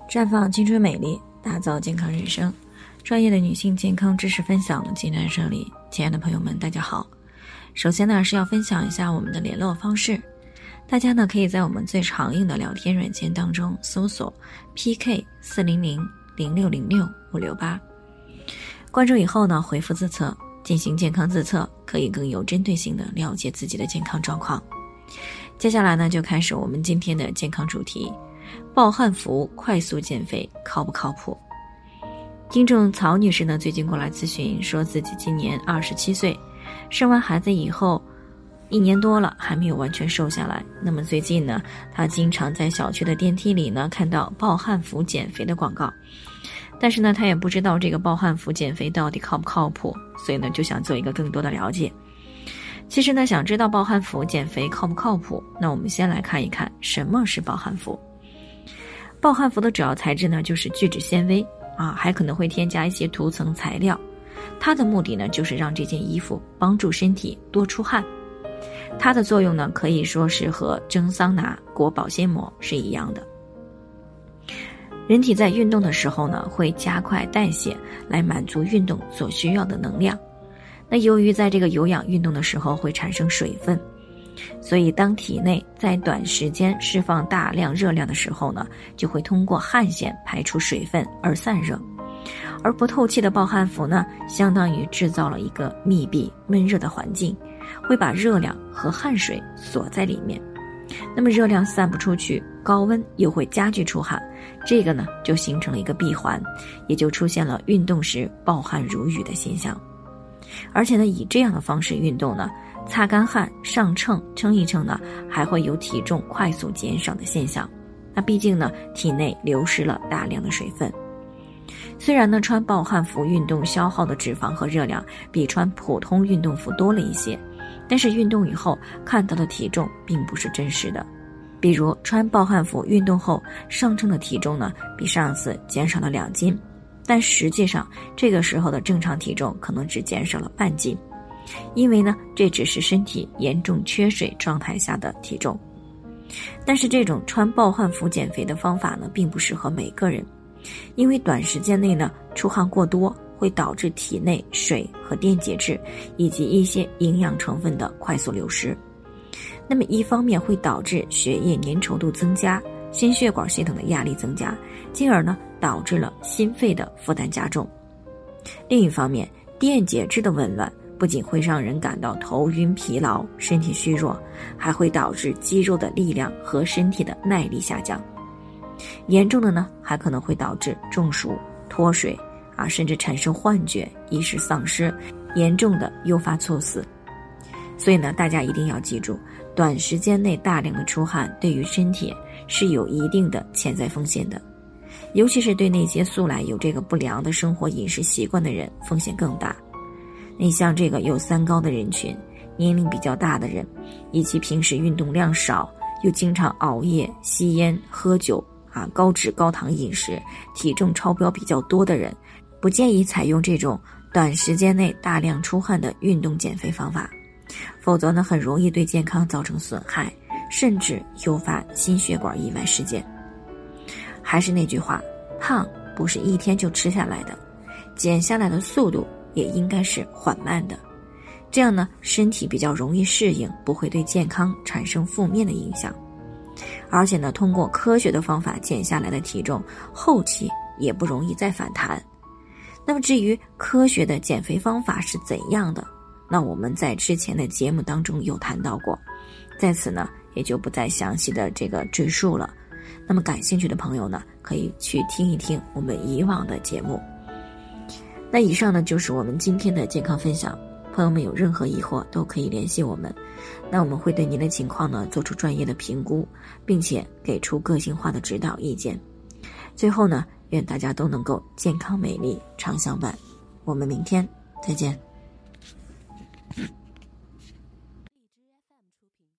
绽放青春美丽，打造健康人生。专业的女性健康知识分享的济南这里，亲爱的朋友们，大家好。首先呢，是要分享一下我们的联络方式。大家呢可以在我们最常用的聊天软件当中搜索 PK4000606-568，关注以后呢，回复自测进行健康自测，可以更有针对性的了解自己的健康状况。接下来呢，就开始我们今天的健康主题：暴汗服快速减肥靠不靠谱？听众曹女士呢，最近过来咨询，说自己今年27岁，生完孩子以后1年多了，还没有完全瘦下来。那么最近呢，她经常在小区的电梯里呢看到暴汗服减肥的广告，但是呢，她也不知道这个暴汗服减肥到底靠不靠谱，所以呢，就想做一个更多的了解。其实呢，想知道暴汗服减肥靠不靠谱，那我们先来看一看什么是暴汗服。暴汗服的主要材质呢，就是聚酯纤维还可能会添加一些涂层材料。它的目的呢，就是让这件衣服帮助身体多出汗。它的作用呢，可以说是和蒸桑拿、裹保鲜膜是一样的。人体在运动的时候呢，会加快代谢，来满足运动所需要的能量。那由于在这个有氧运动的时候会产生水分，所以当体内在短时间释放大量热量的时候呢，就会通过汗腺排出水分而散热。而不透气的暴汗服呢，相当于制造了一个密闭闷热的环境，会把热量和汗水锁在里面。那么热量散不出去，高温又会加剧出汗，这个呢就形成了一个闭环，也就出现了运动时暴汗如雨的现象。而且呢，以这样的方式运动呢，擦干汗上秤称一称呢，还会有体重快速减少的现象。那毕竟呢，体内流失了大量的水分。虽然呢，穿暴汗服运动消耗的脂肪和热量比穿普通运动服多了一些，但是运动以后看到的体重并不是真实的。比如穿暴汗服运动后上称的体重呢，比上次减少了2斤，但实际上这个时候的正常体重可能只减少了半斤，因为呢，这只是身体严重缺水状态下的体重。但是这种穿暴汗服减肥的方法呢，并不适合每个人，因为短时间内呢，出汗过多会导致体内水和电解质以及一些营养成分的快速流失。那么一方面会导致血液粘稠度增加，心血管系统的压力增加，进而呢导致了心肺的负担加重。另一方面，电解质的紊乱不仅会让人感到头晕疲劳、身体虚弱，还会导致肌肉的力量和身体的耐力下降。严重的呢，还可能会导致中暑、脱水甚至产生幻觉、意识丧失，严重的诱发猝死。所以呢，大家一定要记住，短时间内大量的出汗对于身体是有一定的潜在风险的，尤其是对那些素来有这个不良的生活饮食习惯的人，风险更大。你像这个有三高的人群、年龄比较大的人，以及平时运动量少又经常熬夜、吸烟、喝酒高脂高糖饮食、体重超标比较多的人，不建议采用这种短时间内大量出汗的运动减肥方法，否则呢，很容易对健康造成损害，甚至诱发心血管意外事件。还是那句话，胖不是一天就吃下来的，减下来的速度也应该是缓慢的，这样呢，身体比较容易适应，不会对健康产生负面的影响。而且呢，通过科学的方法减下来的体重，后期也不容易再反弹。那么至于科学的减肥方法是怎样的，那我们在之前的节目当中有谈到过，在此呢也就不再详细的赘述了。那么感兴趣的朋友呢，可以去听一听我们以往的节目。那以上呢就是我们今天的健康分享，朋友们有任何疑惑都可以联系我们，那我们会对您的情况呢做出专业的评估，并且给出个性化的指导意见。最后呢，愿大家都能够健康美丽常相伴。我们明天再见。